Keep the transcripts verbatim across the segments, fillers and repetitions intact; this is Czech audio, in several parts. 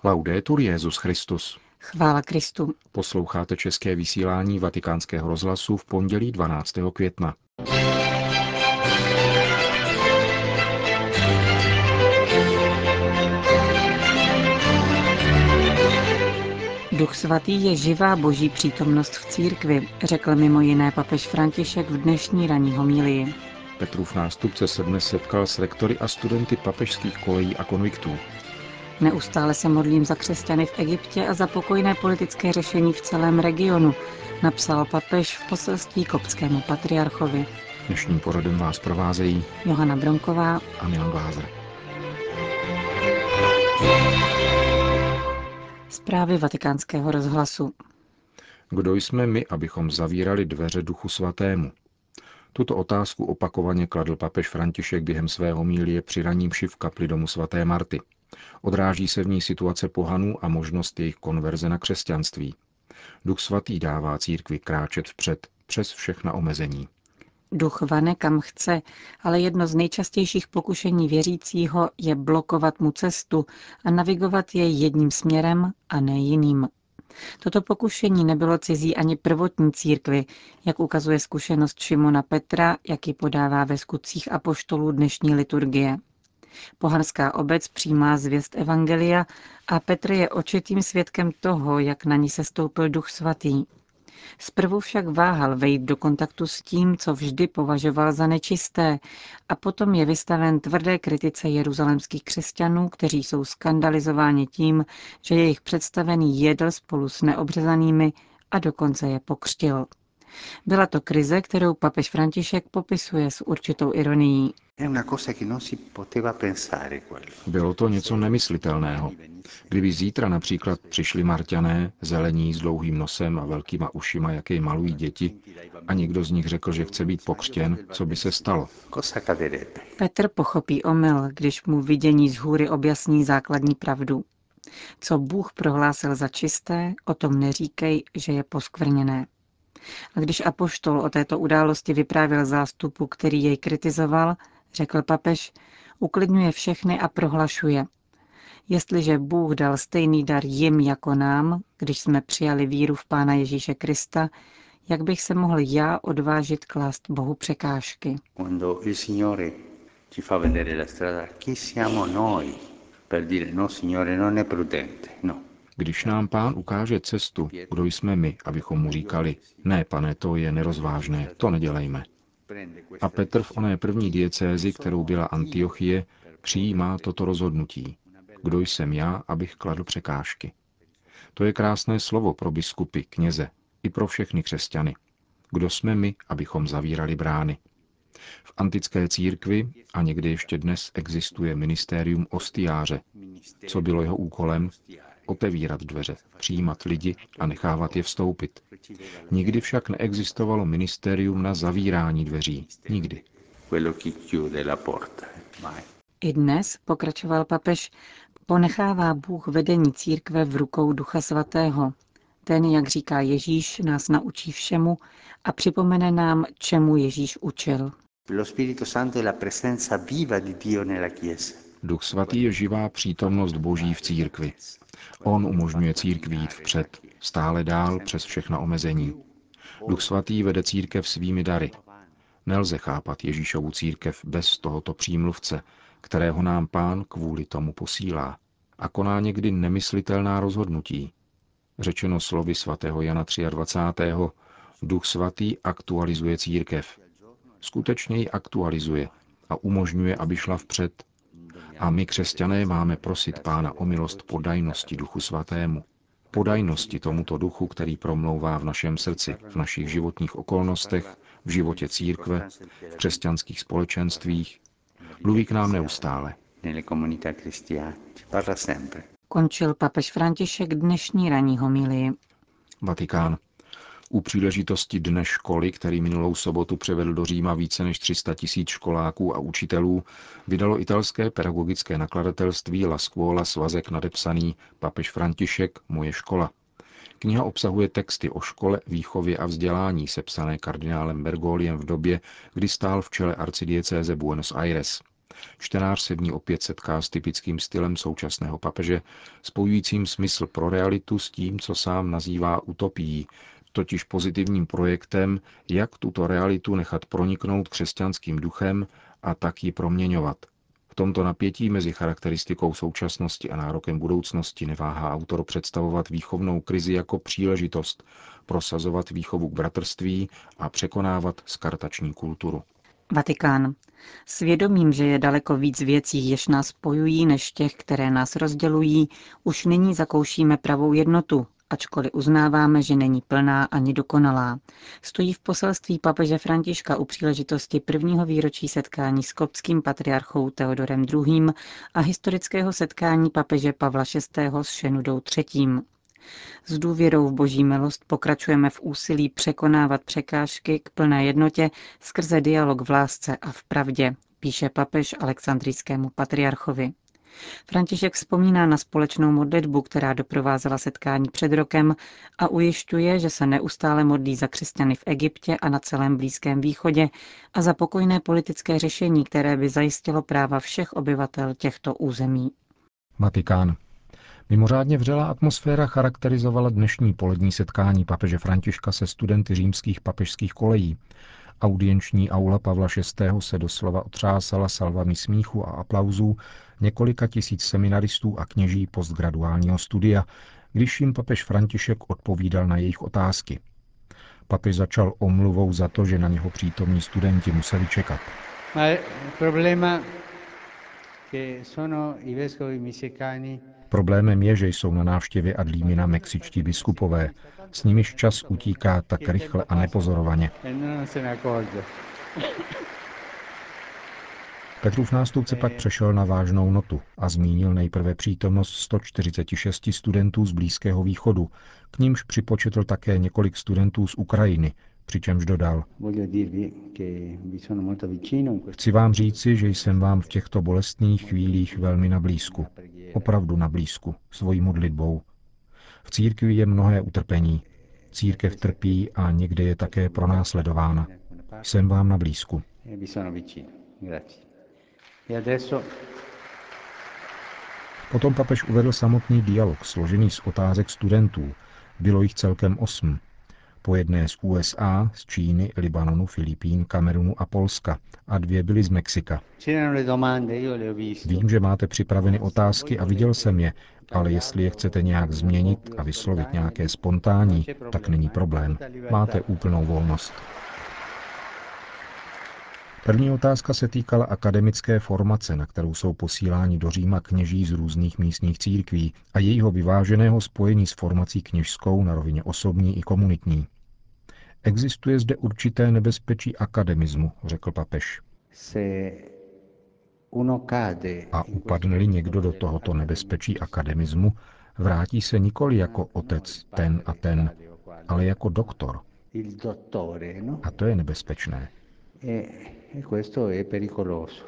Laudetur Jesus Christus. Chvála Kristu. Posloucháte české vysílání Vatikánského rozhlasu v pondělí dvanáctého května. Duch svatý je živá boží přítomnost v církvi, řekl mimo jiné papež František v dnešní ranní homílii. Petrův nástupce se dnes setkal s rektory a studenty papežských kolejí a konviktů. Neustále se modlím za křesťany v Egyptě a za pokojné politické řešení v celém regionu, napsal papež v poselství koptskému patriarchovi. Dnešním poradem vás provázejí Johana Bronková a Milan Glázer. Zprávy Vatikánského rozhlasu. Kdo jsme my, abychom zavírali dveře Duchu Svatému? Tuto otázku opakovaně kladl papež František během své homílie při ranní mši v kapli domu svaté Marty. Odráží se v ní situace pohanů a možnost jejich konverze na křesťanství. Duch svatý dává církvi kráčet vpřed přes všechna omezení. Duch vane kam chce, ale jedno z nejčastějších pokušení věřícího je blokovat mu cestu a navigovat jej jedním směrem a ne jiným. Toto pokušení nebylo cizí ani prvotní církvi, jak ukazuje zkušenost Šimona Petra, jak ji podává ve skutcích apoštolů dnešní liturgie. Pohanská obec přijímá zvěst evangelia a Petr je očitým svědkem toho, jak na ní sestoupil Duch svatý. Zprvu však váhal vejít do kontaktu s tím, co vždy považoval za nečisté, a potom je vystaven tvrdé kritice jeruzalémských křesťanů, kteří jsou skandalizováni tím, že jejich představený jedl spolu s neobřezanými a dokonce je pokřtil. Byla to krize, kterou papež František popisuje s určitou ironií. Bylo to něco nemyslitelného. Kdyby zítra například přišli Marťané, zelení s dlouhým nosem a velkýma ušima, jaké malují děti, a někdo z nich řekl, že chce být pokřtěn, co by se stalo? Petr pochopí omyl, když mu vidění z hůry objasní základní pravdu. Co Bůh prohlásil za čisté, o tom neříkej, že je poskvrněné. A když apoštol o této události vyprávěl zástupu, který jej kritizoval, řekl papež, uklidňuje všechny a prohlašuje: Jestliže Bůh dal stejný dar jim jako nám, když jsme přijali víru v Pána Ježíše Krista, jak bych se mohl já odvážit klást Bohu překážky? Když nám Pán ukáže cestu, kdo jsme my, abychom mu říkali, ne, pane, to je nerozvážné, to nedělejme. A Petr v oné první diecézi, kterou byla Antiochie, přijímá toto rozhodnutí. Kdo jsem já, abych kladl překážky? To je krásné slovo pro biskupy, kněze i pro všechny křesťany. Kdo jsme my, abychom zavírali brány? V antické církvi a někdy ještě dnes existuje ministérium ostiáře. Co bylo jeho úkolem? Otevírat dveře, přijímat lidi a nechávat je vstoupit. Nikdy však neexistovalo ministérium na zavírání dveří. Nikdy. I dnes, pokračoval papež, ponechává Bůh vedení církve v rukou Ducha svatého. Ten, jak říká Ježíš, nás naučí všemu a připomene nám, čemu Ježíš učil. Duch svatý je živá přítomnost Boží v církvi. On umožňuje církvi jít vpřed, stále dál přes všechna omezení. Duch svatý vede církev svými dary. Nelze chápat Ježíšovu církev bez tohoto přímluvce, kterého nám Pán kvůli tomu posílá a koná někdy nemyslitelná rozhodnutí. Řečeno slovy svatého Jana dvacátého třetího Duch svatý aktualizuje církev. Skutečně ji aktualizuje a umožňuje, aby šla vpřed. A my, křesťané, máme prosit Pána o milost podajnosti Duchu svatému. Podajnosti tomuto duchu, který promlouvá v našem srdci, v našich životních okolnostech, v životě církve, v křesťanských společenstvích. Mluví k nám neustále. Končil papež František dnešní ranní homílii. Vatikán. U příležitosti Dne školy, který minulou sobotu převedl do Říma více než tři sta tisíc školáků a učitelů, vydalo italské pedagogické nakladatelství La Scuola svazek nadepsaný Papež František, moje škola. Kniha obsahuje texty o škole, výchově a vzdělání sepsané kardinálem Bergogliem v době, kdy stál v čele arcidiecéze Buenos Aires. Čtenář se v ní opět setká s typickým stylem současného papeže, spojujícím smysl pro realitu s tím, co sám nazývá utopií, totiž pozitivním projektem, jak tuto realitu nechat proniknout křesťanským duchem a tak ji proměňovat. V tomto napětí mezi charakteristikou současnosti a nárokem budoucnosti neváhá autor představovat výchovnou krizi jako příležitost, prosazovat výchovu k bratrství a překonávat skartační kulturu. Vatikán. Svědomím, že je daleko víc věcí, jež nás spojují, než těch, které nás rozdělují, už nyní zakoušíme pravou jednotu, ačkoliv uznáváme, že není plná ani dokonalá. Stojí v poselství papeže Františka u příležitosti prvního výročí setkání s koptským patriarchou Teodorem druhým. a historického setkání papeže Pavla šestého. s Šenudou třetím. S důvěrou v boží milost pokračujeme v úsilí překonávat překážky k plné jednotě skrze dialog v lásce a v pravdě, píše papež alexandrijskému patriarchovi. František vzpomíná na společnou modlitbu, která doprovázela setkání před rokem a ujišťuje, že se neustále modlí za křesťany v Egyptě a na celém Blízkém východě a za pokojné politické řešení, které by zajistilo práva všech obyvatel těchto území. Vatikán. Mimořádně vřelá atmosféra charakterizovala dnešní polední setkání papeže Františka se studenty římských papežských kolejí. Audienční aula Pavla šestého. se doslova otřásala salvami smíchu a aplauzů několika tisíc seminaristů a kněží postgraduálního studia, když jim papež František odpovídal na jejich otázky. Papež začal omluvou za to, že na něho přítomní studenti museli čekat. Problémem je, že jsou na návštěvě ad limina mexičtí biskupové. S nimiž čas utíká tak rychle a nepozorovaně. Petrův nástupce pak přešel na vážnou notu a zmínil nejprve přítomnost sto čtyřicet šest studentů z Blízkého východu, k nímž připočetl také několik studentů z Ukrajiny, přičemž dodal: Chci vám říci, že jsem vám v těchto bolestných chvílích velmi na blízku, opravdu na blízku, svojí modlitbou. V církvi je mnohé utrpení. Církev trpí a někde je také pronásledována. Jsem vám na blízku. Potom papež uvedl samotný dialog, složený z otázek studentů. Bylo jich celkem osm. Po jedné z U S A, z Číny, Libanonu, Filipín, Kamerunu a Polska a dvě byly z Mexika. Vím, že máte připraveny otázky a viděl jsem je, ale jestli je chcete nějak změnit a vyslovit nějaké spontánní, tak není problém. Máte úplnou volnost. První otázka se týkala akademické formace, na kterou jsou posíláni do Říma kněží z různých místních církví a jejího vyváženého spojení s formací kněžskou na rovině osobní i komunitní. Existuje zde určité nebezpečí akademismu, řekl papež. A upadne-li někdo do tohoto nebezpečí akademismu, vrátí se nikoli jako otec ten a ten, ale jako doktor. A to je nebezpečné. E questo è pericoloso.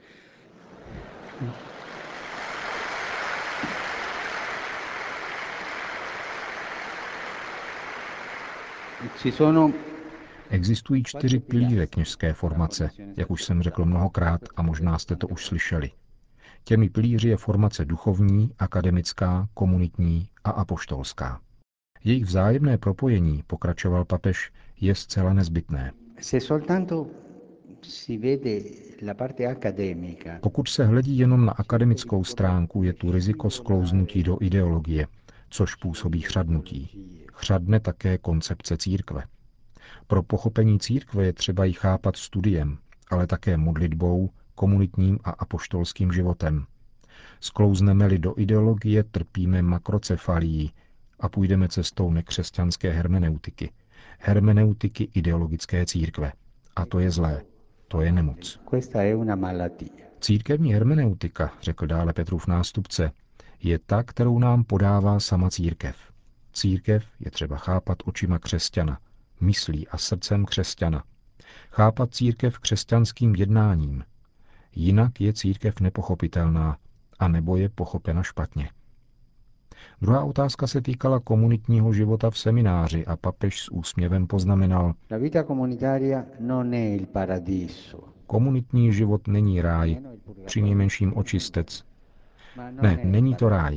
Ci sono Existují čtyři pilíře kněžské formace, jak už jsem řekl mnohokrát a možná jste to už slyšeli. Těmi pilíři je formace duchovní, akademická, komunitní a apoštolská. Jejich vzájemné propojení, pokračoval papež, je zcela nezbytné. Pokud se hledí jenom na akademickou stránku, je tu riziko sklouznutí do ideologie, což působí chřadnutí. Chřadne také koncepce církve. Pro pochopení církve je třeba ji chápat studiem, ale také modlitbou, komunitním a apoštolským životem. Sklouzneme-li do ideologie, trpíme makrocefalií a půjdeme cestou nekřesťanské hermeneutiky, hermeneutiky ideologické církve. A to je zlé. To je nemoc. Církevní hermeneutika, řekl dále Petrův nástupce, je ta, kterou nám podává sama církev. Církev je třeba chápat očima křesťana, myslí a srdcem křesťana. Chápat církev křesťanským jednáním. Jinak je církev nepochopitelná, a nebo je pochopena špatně. Druhá otázka se týkala komunitního života v semináři a papež s úsměvem poznamenal: komunitní život není ráj, přinejmenším očistec. Ne, není to ráj.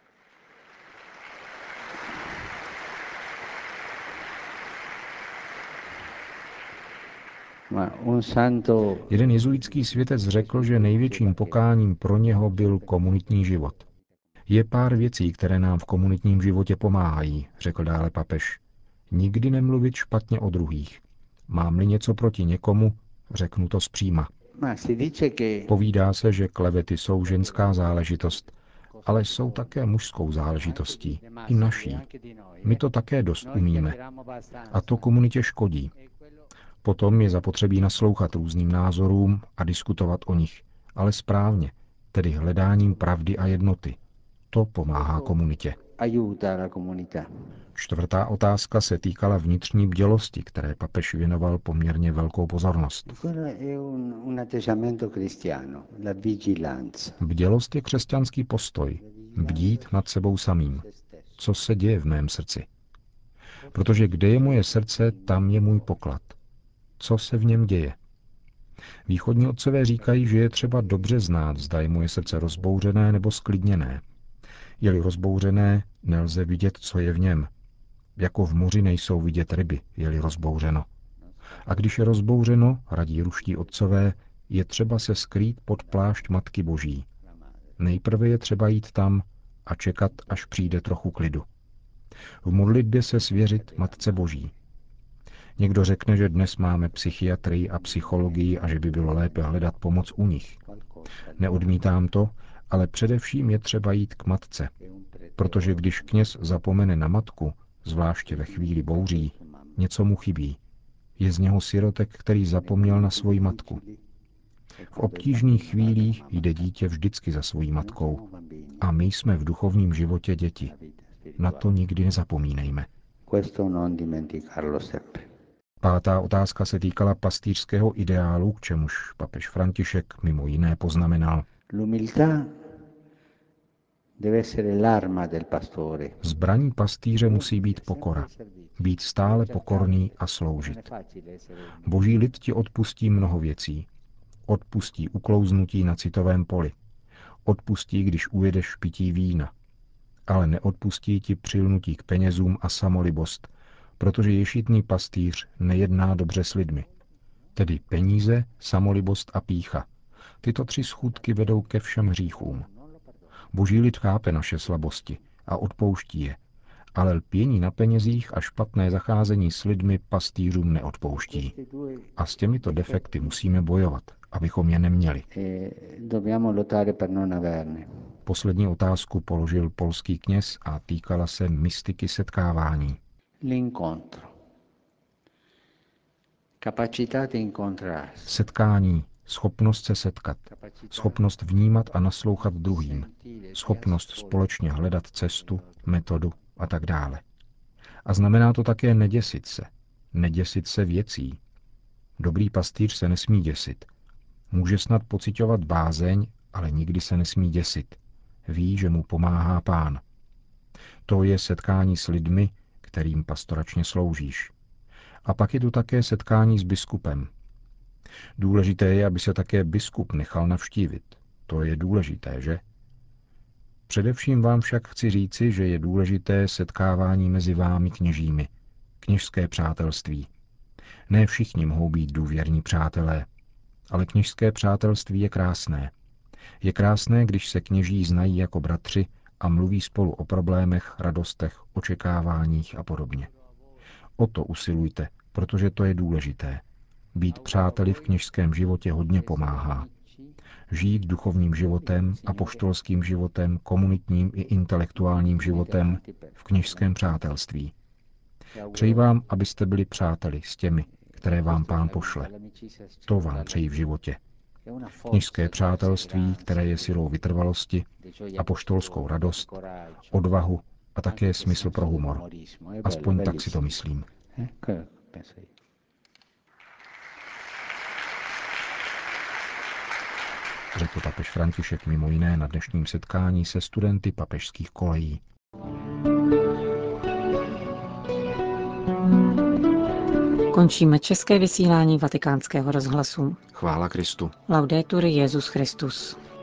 Jeden jezuitský světec řekl, že největším pokáním pro něho byl komunitní život. Je pár věcí, které nám v komunitním životě pomáhají, řekl dále papež. Nikdy nemluvit špatně o druhých. Mám-li něco proti někomu, řeknu to zpříma. Povídá se, že klevety jsou ženská záležitost, ale jsou také mužskou záležitostí, i naší. My to také dost umíme. A to komunitě škodí. Potom je zapotřebí naslouchat různým názorům a diskutovat o nich, ale správně, tedy hledáním pravdy a jednoty. To pomáhá komunitě. Čtvrtá otázka se týkala vnitřní bdělosti, které papež věnoval poměrně velkou pozornost. Bdělost je křesťanský postoj. Bdít nad sebou samým. Co se děje v mém srdci? Protože kde je moje srdce, tam je můj poklad. Co se v něm děje? Východní otcové říkají, že je třeba dobře znát, zda je moje srdce rozbouřené nebo sklidněné. Je-li rozbouřené, nelze vidět, co je v něm. Jako v moři nejsou vidět ryby, je-li rozbouřeno. A když je rozbouřeno, radí ruští otcové, je třeba se skrýt pod plášť Matky Boží. Nejprve je třeba jít tam a čekat, až přijde trochu klidu. V modlitbě se svěřit Matce Boží. Někdo řekne, že dnes máme psychiatrii a psychologii a že by bylo lépe hledat pomoc u nich. Neodmítám to, ale především je třeba jít k matce, protože když kněz zapomene na matku, zvláště ve chvíli bouří, něco mu chybí. Je z něho sirotek, který zapomněl na svoji matku. V obtížných chvílích jde dítě vždycky za svojí matkou a my jsme v duchovním životě děti. Na to nikdy nezapomínejme. Pátá otázka se týkala pastýřského ideálu, k čemuž papež František mimo jiné poznamenal. Zbraní pastýře musí být pokora. Být stále pokorný a sloužit. Boží lid ti odpustí mnoho věcí. Odpustí uklouznutí na citovém poli. Odpustí, když ujedeš v pití vína. Ale neodpustí ti přilnutí k penězům a samolibost, protože ješitný pastýř nejedná dobře s lidmi. Tedy peníze, samolibost a pýcha. Tyto tři schůdky vedou ke všem hříchům. Boží lid chápe naše slabosti a odpouští je, ale lpění na penězích a špatné zacházení s lidmi pastýřům neodpouští. A s těmito defekty musíme bojovat, abychom je neměli. Poslední otázku položil polský kněz a týkala se mystiky setkávání. Setkání, schopnost se setkat, schopnost vnímat a naslouchat druhým, schopnost společně hledat cestu, metodu a tak dále. A znamená to také neděsit se, neděsit se věcí. Dobrý pastýř se nesmí děsit. Může snad pociťovat bázeň, ale nikdy se nesmí děsit. Ví, že mu pomáhá Pán. To je setkání s lidmi, kterým pastoračně sloužíš. A pak je tu také setkání s biskupem. Důležité je, aby se také biskup nechal navštívit. To je důležité, že? Především vám však chci říci, že je důležité setkávání mezi vámi kněžími, kněžské přátelství. Ne všichni mohou být důvěrní přátelé, ale kněžské přátelství je krásné. Je krásné, když se kněží znají jako bratři a mluví spolu o problémech, radostech, očekáváních a podobně. O to usilujte, protože to je důležité. Být přáteli v kněžském životě hodně pomáhá. Žít duchovním životem, apoštolským životem, komunitním i intelektuálním životem v kněžském přátelství. Přeji vám, abyste byli přáteli s těmi, které vám Pán pošle. To vám přeji v životě. Kněžské přátelství, které je silou vytrvalosti, apoštolskou radost, odvahu a také smysl pro humor. Aspoň tak si to myslím. Řekl papež František mimo jiné na dnešním setkání se studenty papežských kolejí. Končíme české vysílání Vatikánského rozhlasu. Chvála Kristu. Laudetur Jesus Christus.